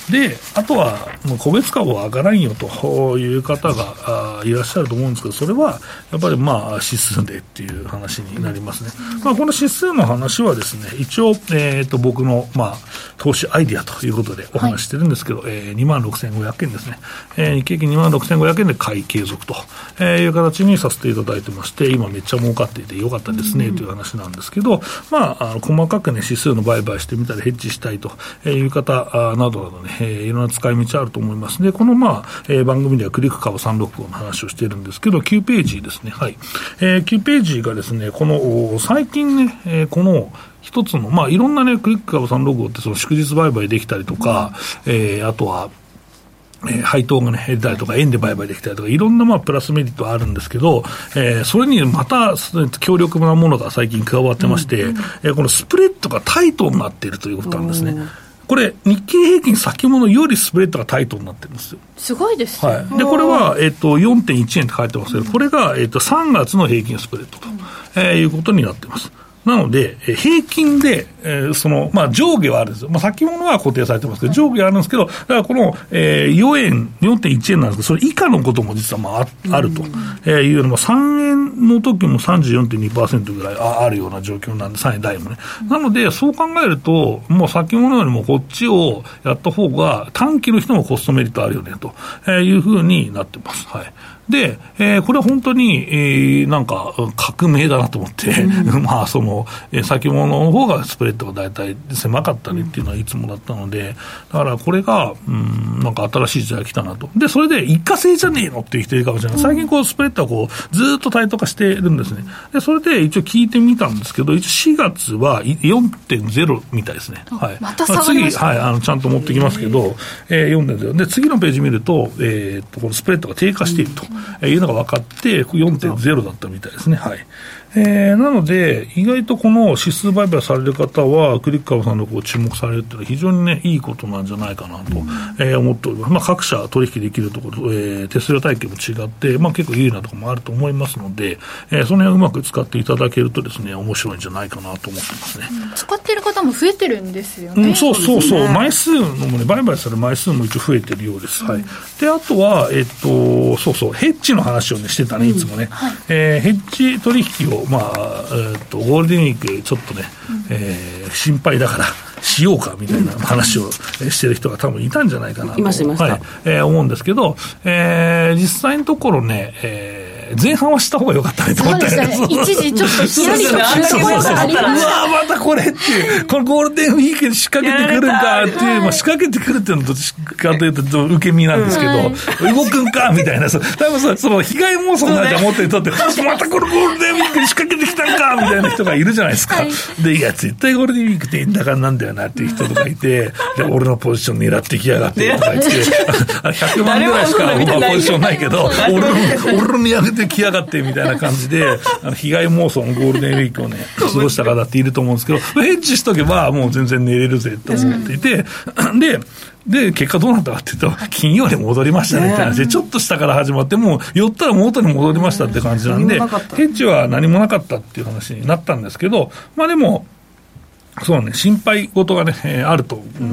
で、あとはもう個別株は上がらんよという方がいらっしゃると思うんですけど、それはやっぱりまあ指数でっていう話になりますね。まあこの指数の話はですね、一応えっと僕のまあ投資アイディアということでお話してるんですけど、はい、えー、にまんろくせんごひゃくえんですね。えー、日経平均にまんろくせんごひゃくえんで買い継続という形にさせてていただいてまして、今めっちゃ儲かっていてよかったですね、うん、という話なんですけど、まあ、あの細かくね指数の売買してみたりヘッジしたいという方などなどね、えー、いろんな使い道あると思います。でこの、まあえー、番組ではクリック株さんろくごの話をしているんですけど、きゅうページですね、はい、えー、きゅうページがですね、この最近ね、えー、この一つの、まあ、いろんなねクリック株さんろくごってその祝日売買できたりとか、うん、えー、あとはえー、配当がね、出たりとか、円で売買できたりとか、いろんなまあプラスメリットはあるんですけど、えー、それにまた強力なものが最近加わってまして、うんうん、えー、このスプレッドがタイトになっているということなんですね。これ、日経平均先物よりスプレッドがタイトになってるんですよ。 すごいですね。 はい。で、これは、えっと、よんてんいちえんって書いてますけど、これが、えっと、さんがつの平均スプレッドと、えー、いうことになっています。なので、平均で、えー、その、まあ、上下はあるんですよ。まあ、先物は固定されてますけど、上下はあるんですけど、だからこの、えー、よえん、よんてんいちえんなんですけど、それ以下のことも実はまあ、あると、えー、いうのも、さんえんの時も さんじゅうよんてんにパーセント ぐらいあるような状況なんで、さんえん台もね。なので、そう考えると、もう先物よりもこっちをやった方が、短期の人もコストメリットあるよね、というふうになってます。はい。で、えー、これは本当に、えー、なんか革命だなと思って、うん、まあその、えー、先物の方がスプレッドがだいたい狭かったりっていうのはいつもだったので、だからこれが、うん、なんか新しい時代が来たなと。で、それで一過性じゃねえのっていう人いるかもしれない。最近こうスプレッドはこうずっとタイト化してるんですね。で、それで一応聞いてみたんですけど、一応しがつは よんてんゼロ みたいですね。はい。 また下がりました。 次、はい、あのちゃんと持ってきますけど、えー、よんてんゼロ で次のページ見ると、えー、っとこのスプレッドが低下していると。えー、いうのが分かって よんてんゼロ だったみたいですね。はい。えー、なので意外とこの指数売買される方はクリック株さんのこう注目されるっていうのは非常にねいいことなんじゃないかなと、うん、えー、思っております。まあ、各社取引できるところ、えー、手数料体系も違って、まあ、結構有利なところもあると思いますので、えー、その辺をうまく使っていただけるとですね面白いんじゃないかなと思ってますね。 うん、使っている方も増えてるんですよね。 うん、そうそうそう、枚数のもね売買される枚数も一応増えてるようです。うん、はい。であとはえっとそうそうヘッジの話をねしてたねいつもね、うん、はい、えー、ヘッジ取引をまあえー、とゴールデンウィークちょっとね、うん、えー、心配だからしようかみたいな話をしてる人が多分いたんじゃないかなと、 いましたいました、 はい、えー、思うんですけど、えー、実際のところね、えー前半はした方が良かったねと思ったよね。 そうですね。一時ちょっとヒヤリとする声がありました。 うわまたこれっていう、このゴールデンウィークに仕掛けてくるんかっていう、まあ、仕掛けてくるっていうのとかというと受け身なんですけど、うん、動くんかみたいな、多分そその被害妄想なんて思ってる人って、またこのゴールデンウィークに仕掛けてきたんかみたいな人がいるじゃないですか。はい、で、いや、絶対ゴールデンウィークって円高なんだよなっていう人とかいて、で、俺のポジション狙ってきやがってとか言って、ひゃくまんぐらいしかポジションないけど、俺の、俺の見上げてきやがってみたいな。みたいな感じであの被害妄想のゴールデンウィークをね過ごした方っていると思うんですけど、ヘッジしとけばもう全然寝れるぜと思っていて、でで結果どうなったかっていうと金曜に戻りましたねって話で、ちょっと下から始まってもう寄ったら元に戻りましたって感じなんで、ヘッジは何もなかったっていう話になったんですけど、まあでもそうね、心配事がね、えー、あると、うん、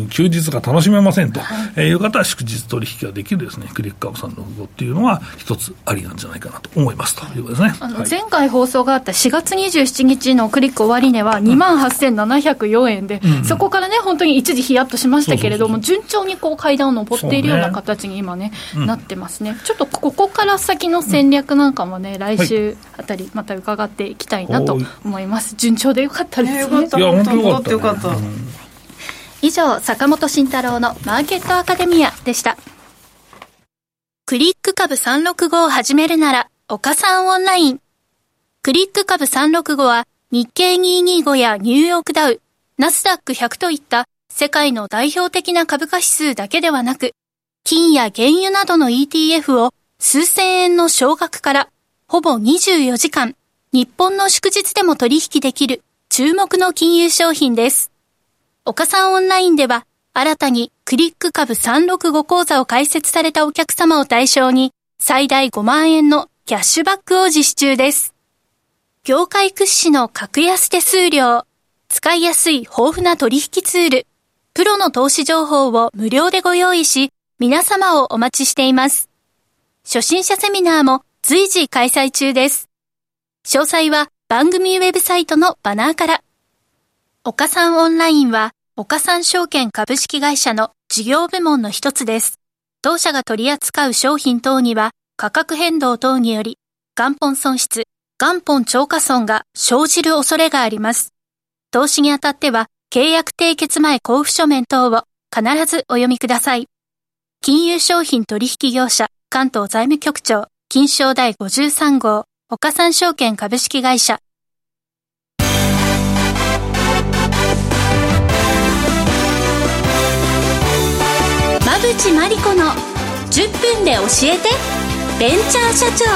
休日が楽しめませんと、はい、えー、いう方は祝日取引ができるですね、クリック株さんの動っていうのは一つありなんじゃないかなと思いますということですね。 あの前回放送があったしがつにじゅうしちにちのクリック終値はにまんはっせんななひゃくよえんで、うん、そこからね、本当に一時ヒヤッとしましたけれども、そうそうそう、順調にこう階段を上っているような形に今ね、ね、なってますね。ちょっとここから先の戦略なんかもね、来週あたりまた伺っていきたいなと思います。順調でよかったですね。よかった、 いや、本当よかったね。 よかった。うん、 以上、坂本慎太郎のマーケットアカデミアでした。クリック株さんろくごを始めるなら岡さんオンライン。クリック株さんろくごは日経にひゃくにじゅうごやニューヨークダウ、ナスダックひゃくといった世界の代表的な株価指数だけではなく、金や原油などの イーティーエフ を数千円の少額からほぼにじゅうよじかん、日本の祝日でも取引できる注目の金融商品です。岡さんオンラインでは、新たにクリック株さんろくご講座を開設されたお客様を対象に、最大ごまんえんのキャッシュバックを実施中です。業界屈指の格安手数料、使いやすい豊富な取引ツール、プロの投資情報を無料でご用意し、皆様をお待ちしています。初心者セミナーも随時開催中です。詳細は番組ウェブサイトのバナーから。岡さんオンラインは、岡さん証券株式会社の事業部門の一つです。当社が取り扱う商品等には価格変動等により元本損失、元本超過損が生じる恐れがあります。投資にあたっては、契約締結前交付書面等を必ずお読みください。金融商品取引業者関東財務局長金商第ごじゅうさん号岡三証券株式会社。馬淵真理子のじゅっぷんで教えてベンチャー社長。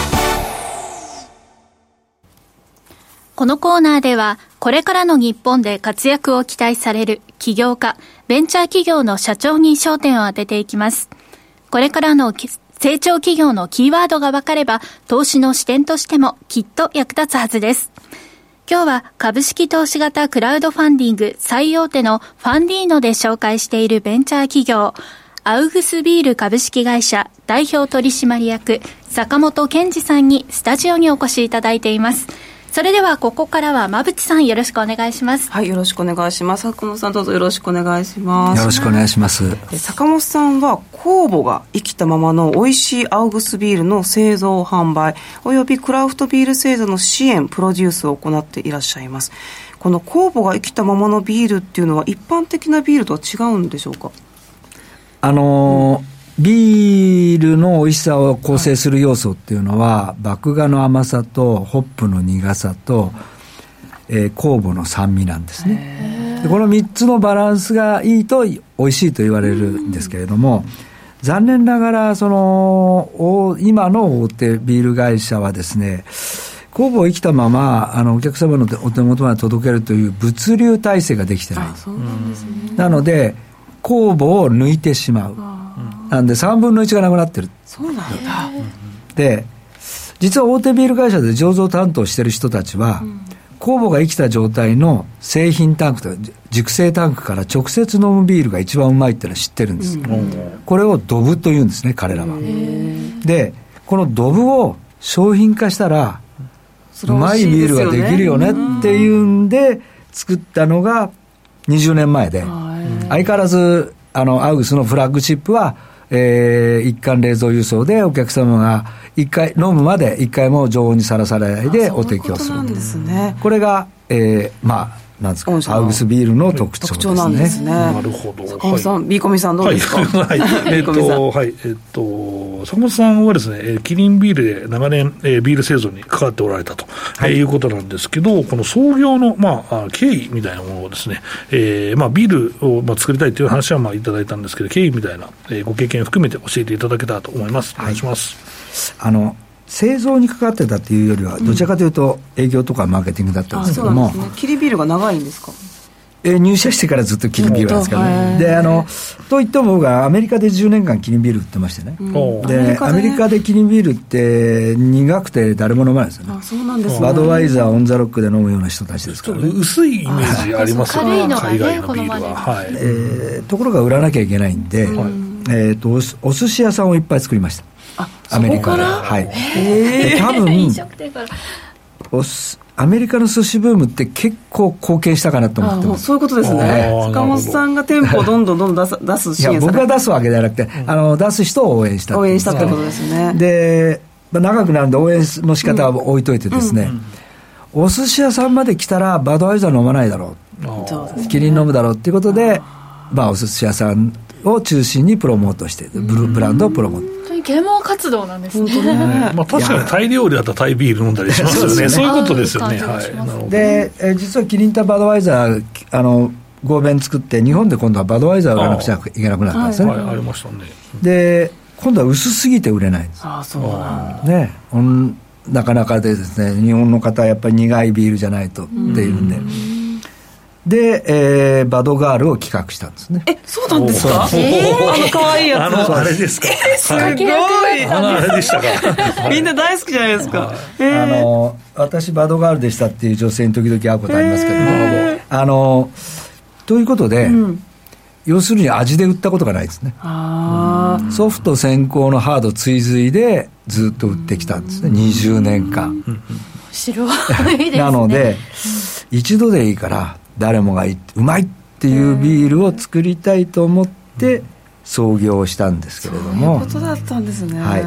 このコーナーではこれからの日本で活躍を期待される起業家、ベンチャー企業の社長に焦点を当てていきます。これからの成長企業のキーワードが分かれば投資の視点としてもきっと役立つはずです。今日は株式投資型クラウドファンディング最大手のファンディーノで紹介しているベンチャー企業アウグスビール株式会社代表取締役坂本健二さんにスタジオにお越しいただいています。それではここからは馬淵さんよろしくお願いします。 はい、よろしくお願いします。坂本さんどうぞよろしくお願いします。 よろしくお願いします。 坂本さんは酵母が生きたままの美味しいアウグスビールの製造販売およびクラフトビール製造の支援プロデュースを行っていらっしゃいます。この酵母が生きたままのビールっていうのは一般的なビールとは違うんでしょうか？ あのーうんビールの美味しさを構成する要素っていうのは、はい、麦芽の甘さとホップの苦さと、えー、酵母の酸味なんですね。でこのみっつのバランスがいいと美味しいと言われるんですけれども、残念ながらその今の大手ビール会社はですね、酵母を生きたままあのお客様のお手元まで届けるという物流体制ができてない。 あ、そうなんですね。 なので酵母を抜いてしまう。なんでさんぶんのいちがなくなってる。 そうなんだ。 で実は大手ビール会社で醸造担当してる人たちは、うん、酵母が生きた状態の製品タンクとか熟成タンクから直接飲むビールが一番うまいってのは知ってるんです、うん、これをドブというんですね、彼らは。でこのドブを商品化したらうまいビールができるよねっていうんで作ったのがにじゅうねんまえで、相変わらずあのアウグスのフラッグシップはえー、一貫冷蔵輸送でお客様が一回飲むまで一回も常温にさらされないでお提供する。 そういうことなんですね。 これが、えー、まあなんですか、アウグスビールの特徴ですね。特徴なんですね。 なるほど。 坂本さん、はい、ビーコミさんどうですか？ はい、はい、えっと、はい、えっと、坂本さんはですね、キリンビールで長年、えー、ビール製造に関わっておられたと、はい、いうことなんですけど、この創業の、まあ、経緯みたいなものをですね、えー、まあ、ビールを、まあ、作りたいという話は、まあ、いただいたんですけど、経緯みたいな、えー、ご経験含めて教えていただけたらと思います。お願いします。 はい、あの、製造に関わってたっていうよりは、どちらかというと営業とかマーケティングだったんですけども、 うん、あ、そうなんですね。キリビールが長いんですか？ えー、入社してからずっとキリンビールなんですけどね。で、あのといっても僕はアメリカでじゅうねんかんキリンビール売ってましてね、うん、でアメリカでキリンビールって苦くて誰も飲まないですよね。 あ、そうなんですね。 バドワイザー、オンザロックで飲むような人たちですからね。 薄いイメージありますよね、海外のビールは、はい。 えー、ところが売らなきゃいけないんで、うん、えー、と お, お寿司屋さんをいっぱい作りました。 あ、 アメリカで、はい、で多分おすアメリカの寿司ブームって結構貢献したかなと思ってます。 そういうことですね。坂本さんが店舗をどんどんどんどん出す、出す支援されて、いや僕が出すわけじゃなくて、うん、あの出す人を応援した応援したってことですね。 で、まあ、長くなるんで応援の仕方は置いといてですね、うんうん、お寿司屋さんまで来たらバドワイザー飲まないだろう、キリン飲むだろうっていうことで、まあ、お寿司屋さんを中心にプロモートしてブルブランドをプロモート。 啓蒙活動なんですね。 まあ、確かにタイ料理だったらタイビール飲んだりしますよね。そういうことですよね。はい、 で、えー、実はキリンとバドワイザーあの合弁作って日本で今度はバドワイザーを売らなくちゃいけなくなったんですね。 はいはい、ありましたね。 で今度は薄すぎて売れないんです。 ああ、そうなんだ、 ね、うん、なかなかでですね、日本の方はやっぱり苦いビールじゃないとっていうんで、うんで、えー、バドガールを企画したんですね。 え、そうなんですか？えー、あの可愛いやつ。 あの、あれですか？ えー、すごい。 あの、あれでしたか？ みんな大好きじゃないですか。 えー、あの、私バドガールでしたっていう女性に時々会うことありますけども、えー、あの、ということで、うん、要するに味で売ったことがないですね。 あ、 うん、ソフト先行のハード追随でずっと売ってきたんですね。にじゅうねんかん。面白いですね。 なので、一度でいいから、誰もがうまいっていうビールを作りたいと思って創業したんですけれども、 そういうことだったんですね。 はい、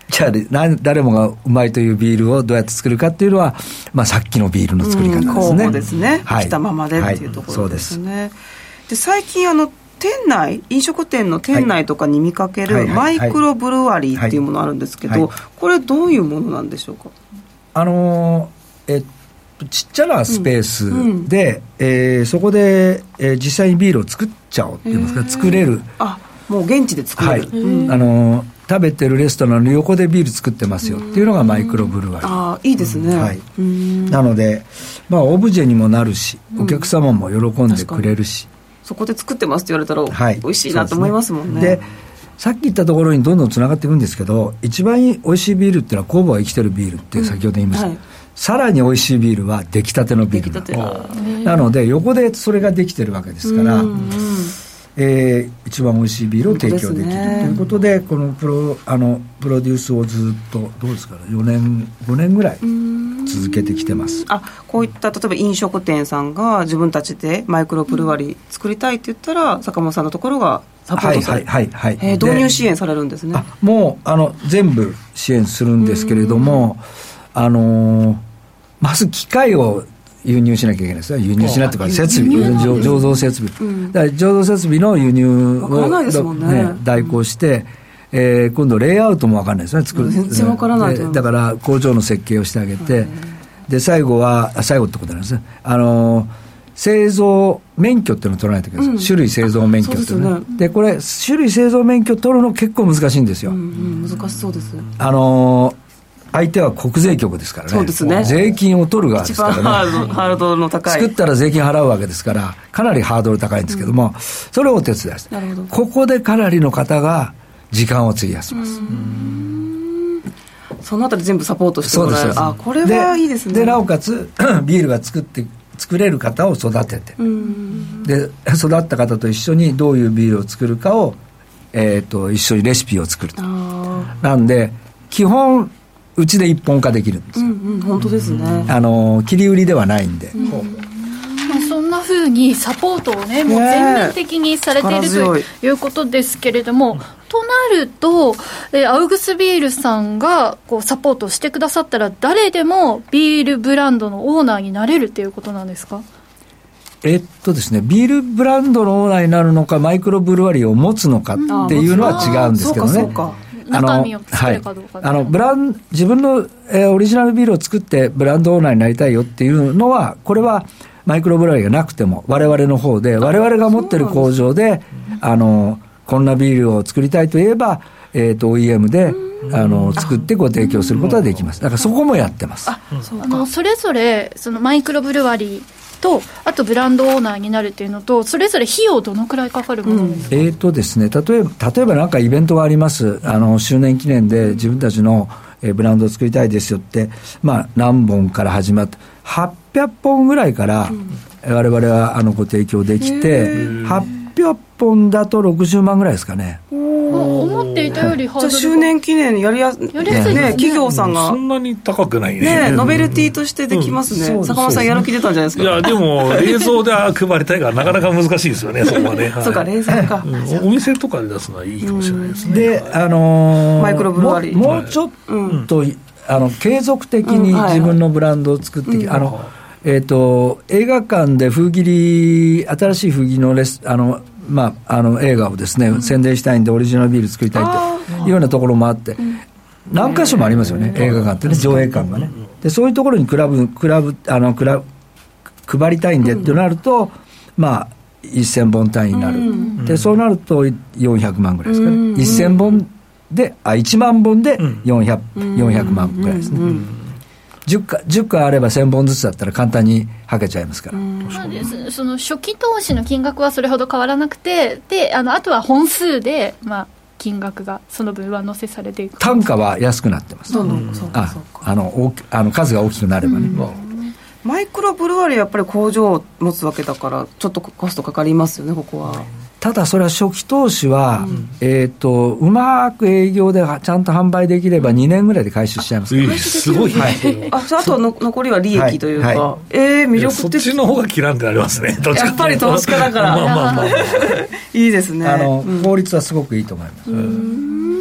じゃあ誰もがうまいというビールをどうやって作るかっていうのは、まあ、さっきのビールの作り方ですね。 酵母ですね、 はい、 来たままでっていうところですね、はい、で, で最近あの店内飲食店の店内とかに見かけるマイクロブルワリーっていうものあるんですけど、はいはいはい、これどういうものなんでしょうか。 あのー、えちっちゃなスペースで、うんうんえー、そこで、えー、実際にビールを作っちゃおうっていうんですか、作れる。 あ、もう現地で作れる、はいうん、あのー食べてるレストランの横でビール作ってますよっていうのがマイクロブルワリー。 ああ、いいですね、 はい、なので、まあ、オブジェにもなるし、お客様も喜んでくれるし、 そこで作ってますって言われたら、はい、美味しいなと思いますもんね。 で、さっき言ったところにどんどんつながっていくんですけど、一番美味しいビールっていうのは酵母が生きてるビールって先ほど言いました、うんはい、さらに美味しいビールは出来たてのビールなので、横でそれができてるわけですから、うんうんえー、一番美味しいビールを提供できるということで、このプロ、あのプロデュースをずっとどうですかね、よねんごねんぐらい続けてきてます。 あ、こういった例えば飲食店さんが自分たちでマイクロブルワリー作りたいって言ったら、坂本さんのところがサポートされる、はいはいはいはい、えー、導入支援されるんですね。 あ、もうあの全部支援するんですけれども、あのー、まず機械を輸入しなきゃいけないですね。輸入しないというか設備、醸造設備、うん、だから醸造設備の輸入を、ねね、代行して、えー、今度レイアウトも分からないですね。作る全然分からないと思います。 だから工場の設計をしてあげて、で最後は最後ってことなんですね。あの製造免許っていうのを取らないといけないです、うん、種類製造免許っていうね。でこれ種類製造免許取るの結構難しいんですよ、 うんうん、難しそうです。 あの相手は国税局ですからね。 そうですね。 税金を取る側ですからね。 一番ハードルの高い。 作ったら税金払うわけですから、かなりハードル高いんですけども、うん、それをお手伝いして、なるほど。ここでかなりの方が時間を費やします。うーん、そのあたり全部サポートしてもらえる。そうです。あ、これはいいですね。 で、でなおかつビールが作って作れる方を育てて、うんで育った方と一緒にどういうビールを作るかを、えー、と一緒にレシピを作ると。なんで基本うちで一本化できるんですよ、うんうん、 本当ですね。 あの切り売りではないんで、うんまあ、そんな風にサポートをねもう全面的にされているということですけれども、となると、えアウグスビールさんがこうサポートしてくださったら誰でもビールブランドのオーナーになれるっていうことなんですか？ えっとですね、ビールブランドのオーナーになるのかマイクロブルワリーを持つのかっていうのは違うんですけどね。そうかそうか。 中身を作るかどうか、 はい、あのブラン自分の、えー、オリジナルビールを作ってブランドオーナーになりたいよっていうのは、これはマイクロブルワリーがなくても我々の方で、我々が持ってる工場で、あのこんなビールを作りたいといえば、えー、と オーイーエム であの作ってご提供することができます。だからそこもやってます。 あ、そうか。あのそれぞれそのマイクロブルワリーと、あとブランドオーナーになるっていうのと、それぞれ費用どのくらいかかるものですか？うん、えーとですね、例えば例えばなんかイベントがあります。あの周年記念で自分たちの、えー、ブランドを作りたいですよって、まあ何本から始まってはっぴゃっぽんぐらいから、うん、我々はあのご提供できて、はっぴゃっぽんだとろくじゅうまんぐらいですかね。 思っていたよりハードルが、 じゃあ周年記念やりやすいですね。企業さんがそんなに高くないね。 ね、ノベルティとしてできますね。うん、坂本さんやる気出たんじゃないですか。 いやでも冷蔵で配りたいからなかなか難しいですよね。そこはね。はい、 そうか、冷蔵か、うん。 お店とかで出すのはいいかもしれないですね。 で、あのー、 マイクロブルワリーもうちょっと、はい、あの継続的に自分のブランドを作ってきて、うんはいはい、あのえーと、映画館で封切り新しい封切りのレスあのまあ、あの映画をですね、うん、宣伝したいんでオリジナルビール作りたいというようなところもあって、うん、何箇所もありますよね、映画館ってね、上映館がね。でそういうところにクラブクラブあのクラ配りたいんでってなると、うん、まあせんぼん単位になる、うん、でそうなるとよんひゃくまんぐらいですかね、うん、せんぼんであいちまんぼんでよんひゃく、うん、よんひゃくまんぐらいですね、うんうん、じゅっかじゅっかあればせんぼんずつだったら簡単にはけちゃいますから。 まあ、ですその初期投資の金額はそれほど変わらなくて、で あの, あとは本数で、まあ、金額がその分上乗せされていく。 単価は安くなってます。 うん、そうかそうか。 ああの大あの数が大きくなればね、うん、 マイクロブルワリーやっぱり工場を持つわけだからちょっとコストかかりますよね、ここは。 ただそれは初期投資は、うんえー、とうまく営業でちゃんと販売できればにねんぐらいで回収しちゃいますから、 ね、すごい、はい、 あ, あとはの残りは利益というか、はいはい、えー、魅力的。 そっちの方が嫌んでありますね。 やっぱり投資家だからまあまあまあいいですね。 あの、うん、効率はすごくいいと思います。 うん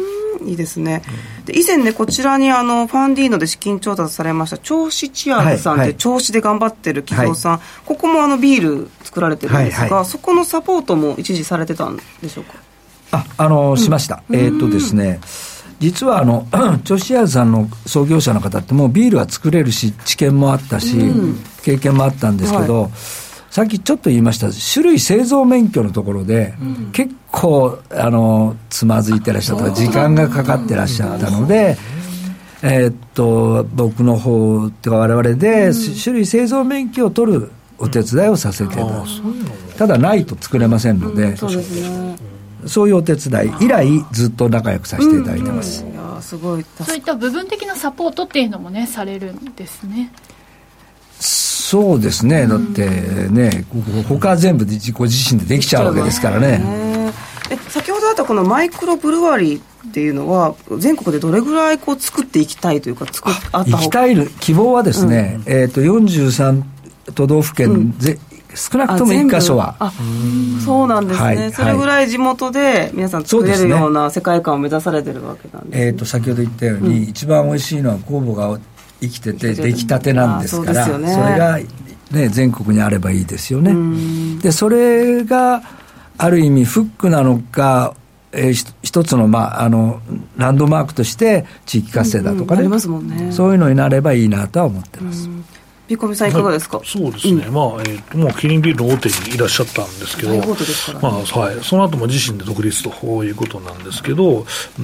いいですね、うん、で以前ねこちらにあのファンディーノで資金調達されました銚子チアーズさんで、はいはい、銚子で頑張ってる企業さん、はい、ここもあのビール作られてるんですが、はいはい、そこのサポートも一時されてたんでしょうか。 あ、あのしました、うん、えー、っとですね実はあの銚子チアーズさんの創業者の方ってもうビールは作れるし知見もあったし、うん、経験もあったんですけど、はい、さっきちょっと言いました種類製造免許のところで、うん、結構あのつまずいてらっしゃった時間がかかってらっしゃったので、うん、えー、っと僕の方ってか我々で、うん、種類製造免許を取るお手伝いをさせていただく、うん、ただないと作れませんので、うん、そうですね、そういうお手伝い以来ずっと仲良くさせていただいてます、うん、いやすごい。 そういった部分的なサポートっていうのもねされるんですね。 そうですね、だってね、他は全部自己自身でできちゃうわけですからね。 え先ほどあったこのマイクロブルワリーっていうのは全国でどれぐらいこう作っていきたいというか作っあった行きたい希望はですね、うん、えー、とよんじゅうさん都道府県ぜ、うん、少なくともいっか所は。 あ、そうなんですね、はい、それぐらい地元で皆さん作れるような世界観を目指されてるわけなんですね。 えー、と先ほど言ったように、うん、一番おいしいのは酵母が生きてて出来たてなんですから、 そ, ね、それが、ね、全国にあればいいですよね。でそれがある意味フックなのか、えー、一つの、まあ、あのランドマークとして地域活性だとかね、 うんうん、ありますもんね。 そういうのになればいいなとは思ってます。 ビコミさんいかがですか。 はい、そうですね、うん、まあえーとまあ、キリンビールの大手にいらっしゃったんですけど、 大手ですからね、 まあはい、その後も自身で独立ということなんですけど、うん、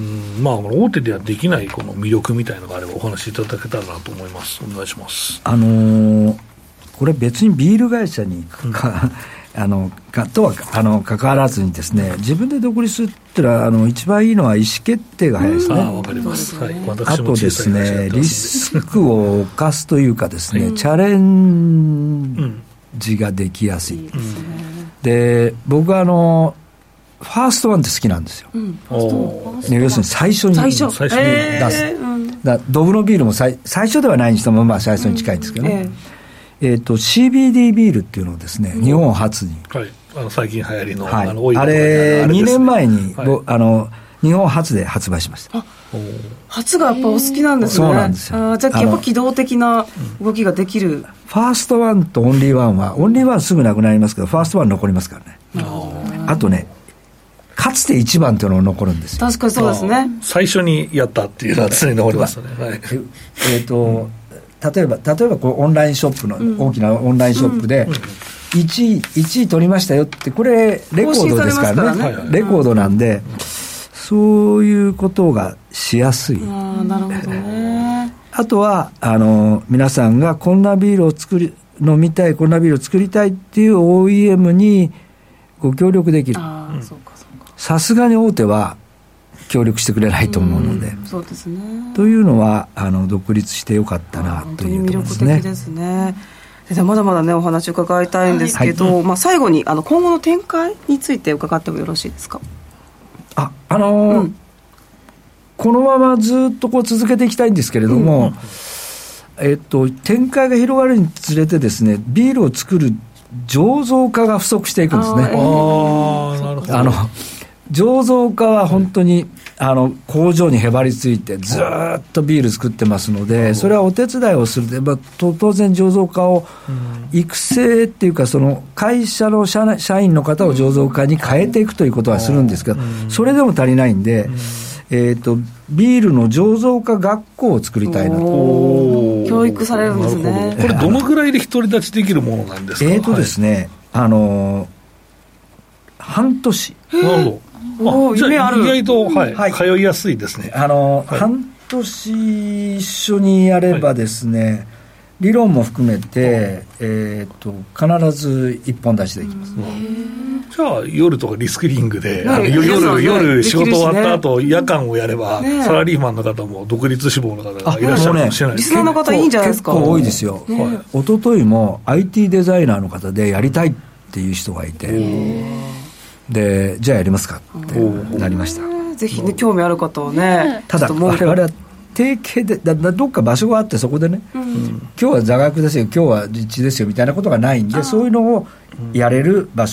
まあ、大手ではできないこの魅力みたいなのがあればお話しいただけたらなと思います。お願いします。 あのー、これ別にビール会社にか、うん、あのかとはあの関わらずにですね、自分で独立するっていうのはあの一番いいのは意思決定が早いですね。 あ、わかります。はい、 あとですね、リスクを冒すというかですね、はい、チャレンジができやすい。うん、で、僕はあのファーストワンって好きなんですよ。うん、ね、要するに最初に最初、 最初に出す。えーうん、だドブのビールも最最初ではないにしてもまあ最初に近いんですけどね。うんえーえー、と シービーディー ビールっていうのをですね、うん、日本初に、 はい、あの最近流行りの、 はい、 あの多いあれにねんまえに、はい、あの日本初で発売しました。あ、 初がやっぱお好きなんですね。 そうなんですよ。 あ、じゃあやっぱ機動的な動きができる。 ファーストワンとオンリーワンはオンリーワンすぐなくなりますけどファーストワン残りますからね。あ, あとね、かつて一番というのが残るんですよ。 確かにそうですね。 最初にやったっていうのは常に残りましたね。はい、 えっ、ー、と、うん例えば、例えばこうオンラインショップの、うん、大きなオンラインショップでいちい、いちい取りましたよって、これレコードですからね、からね、レコードなんで、うん、そういうことがしやすい。 あ、なるほどね。 あとはあの皆さんがこんなビールを作り飲みたい、こんなビールを作りたいっていう オーイーエム にご協力できる。さすがに大手は協力してくれないと思うので、 うん、そうですね。 というのはあの独立してよかったなというところですね。 本当に魅力的ですね。でまだまだねお話を伺いたいんですけど、はいはい、まあ、最後にあの今後の展開について伺ってもよろしいですか。 あ、あのーうん、このままずっとこう続けていきたいんですけれども、うん、えっと、展開が広がるにつれてですね、ビールを作る醸造家が不足していくんですね。あ、えー、なるほど。あの醸造家は本当にあの工場にへばりついてずっとビール作ってますので、それはお手伝いをするで、まあ、当然醸造家を育成っていうか、その会社の社、社員の方を醸造家に変えていくということはするんですけど、それでも足りないんで、えーと、ビールの醸造家学校を作りたいなと。 教育されるんですね。 これどのぐらいで独り立ちできるものなんですか。 えーとですね、はい、あの半年。 なるほど。あ、じゃあ意外と、はいはい、通いやすいですね。 あの、はい、半年一緒にやればですね、はい、理論も含めて、えー、と必ず一本出しできます。 じゃあ夜とかリスキリングで、あの夜、夜仕事終わった後、ね、夜間をやれば、ね、サラリーマンの方も独立志望の方がいらっしゃるかもしれないです。 リスナーの方いいんじゃないですか。 結構多いですよ。ね、はい、一昨日も アイティー デザイナーの方でやりたいっていう人がいて、でじゃあやりますかってなりました。 ぜひね、興味ある方はね。 ただ我々は提携でだどっか場所があって、そこでね、うん、今日は座学ですよ、今日は実地ですよみたいなことがないんで、そういうのをやれる場所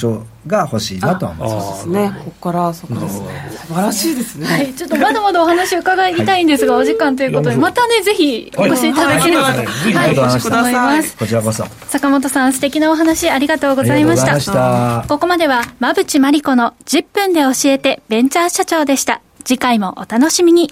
が欲しいなと思います。 そうですね。ここからそこですね。素晴らしいですね。 はい、ちょっとまだまだお話を伺いたいんですが、はい、お時間ということで、またねぜひお越しいただければと、はいはいはい、 お越しください。 こちらこそ。 坂本さん、素敵なお話ありがとうございました。 ありがとうございました。 ここまでは馬淵真理子のじゅっぷんで教えてベンチャー社長でした。次回もお楽しみに。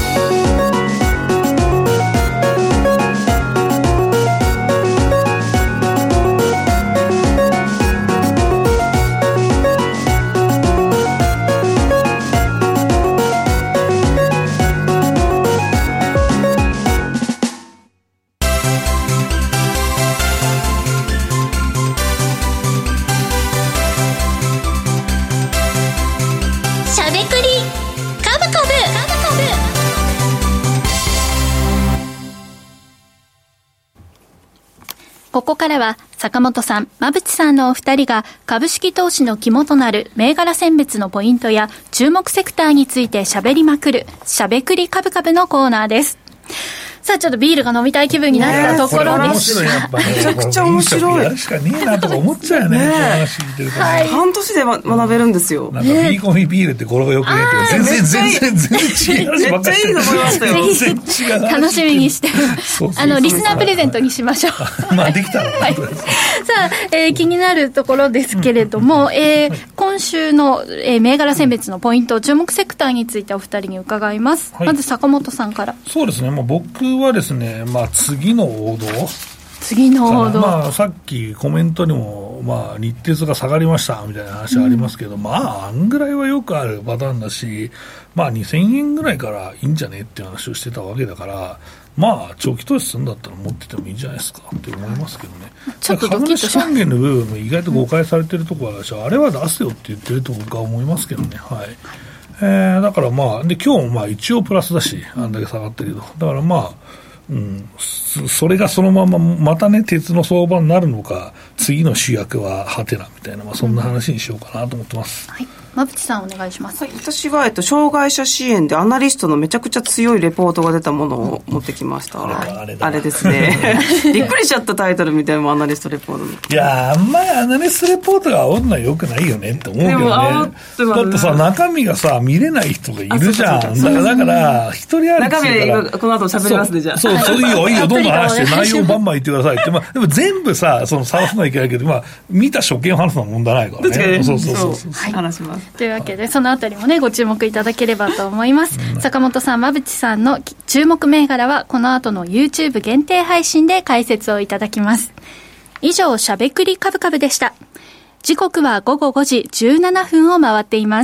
ここからは坂本さん、馬淵さんのお二人が株式投資の肝となる銘柄選別のポイントや注目セクターについて喋りまくるしゃべくりカブカブのコーナーです。さあちょっとビールが飲みたい気分になったところでした、ね、 めちゃくちゃ面白い。 やるしかねえなとか思っちゃうよね。ね話聞いてると、ね、はい、半年で学べるんですよ。 なんかビーコミビールって語呂がよくねえけど、全然全然全然違う話ばっかりしてる。めっちゃいいと思いましたよ。全然違う。 楽しみにしてあのリスナープレゼントにしましょう。 まあできたら、はい、さあ、えー、気になるところですけれども、うんえー、今週の、えー、銘柄選別のポイント、注目セクターについてお二人に伺います、はい、まず坂本さんから。 そうですね、まあ、僕はですね、まあ、次の王道次の王道、 まあ、さっきコメントにも、まあ、日鉄が下がりましたみたいな話はありますけど、うん、まああんぐらいはよくあるパターンだし、まあ、にせんえんぐらいからいいんじゃねっていう話をしてたわけだから、まあ長期投資するんだったら持っててもいいんじゃないですかって思いますけどね。 ちょっとドキッとします。 株主還元の部分も意外と誤解されてるところがあるし、あれは出せよって言ってると僕は思いますけどね。はい。えー、だからまあで今日もまあ一応プラスだし、あんだけ下がったけど、だからまあ。うん、それがそのまままたね鉄の相場になるのか、次の主役はハテナみたいな、まあ、そんな話にしようかなと思ってます、 うんはい、馬淵さんお願いします。 はい、私は、えっと、障害者支援でアナリストのめちゃくちゃ強いレポートが出たものを持ってきました。あれ, あれ, あれですねびっくりしちゃったタイトルみたいなアナリストレポート。 いやあんまりアナリストレポートが煽るのはよくないよねって思うけどね。だってさ中身がさ見れない人がいるじゃん。だからだから一人歩き中身で今この後喋りますね。じゃあそうそういいよいいよどんどん話して内容バンバン言ってくださいって、まあ、でも全部さその探すのはいけないけど、まあ、見た初見を話すのは問題ないからね。 ねそうそうそうそう、 はい、話します。 というわけでそのあたりもねご注目いただければと思います、うん、坂本さん馬淵さんの注目銘柄はこの後の YouTube 限定配信で解説をいただきます。以上しゃべくりカブカブでした。時刻は午後ごじじゅうななふんを回っています。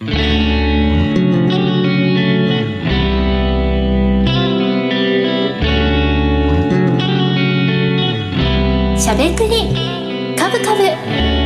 しゃべくりカブカブ。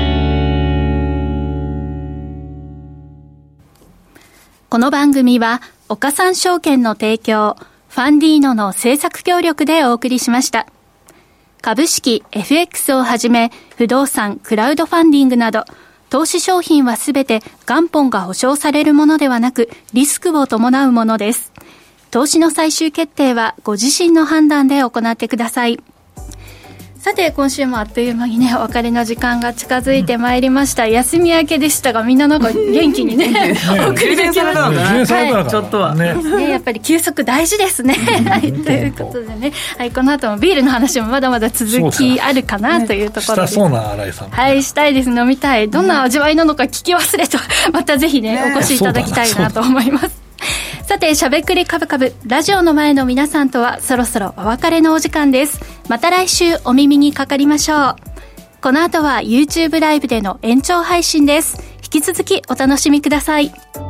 この番組は岡三証券の提供、ファンディーノの制作協力でお送りしました。株式 エフエックス をはじめ不動産、クラウドファンディングなど投資商品はすべて元本が保証されるものではなくリスクを伴うものです。投資の最終決定はご自身の判断で行ってください。さて今週もあっという間にねお別れの時間が近づいてまいりました、うん、休み明けでしたがみんななんか元気にねねお送りできましたね、 はい、ちょっとは、ねね、やっぱり休息大事ですねはい、ということでね、はい、この後もビールの話もまだまだ続きあるかなというところです。 したそうな新井さんはいしたいです。飲みたい。どんな味わいなのか聞き忘れとまたぜひね、ねお越しいただきたいなと思います。さてしゃべくりカブカブ、ラジオの前の皆さんとはそろそろお別れのお時間です。また来週お耳にかかりましょう。この後は YouTube ライブでの延長配信です。引き続きお楽しみください。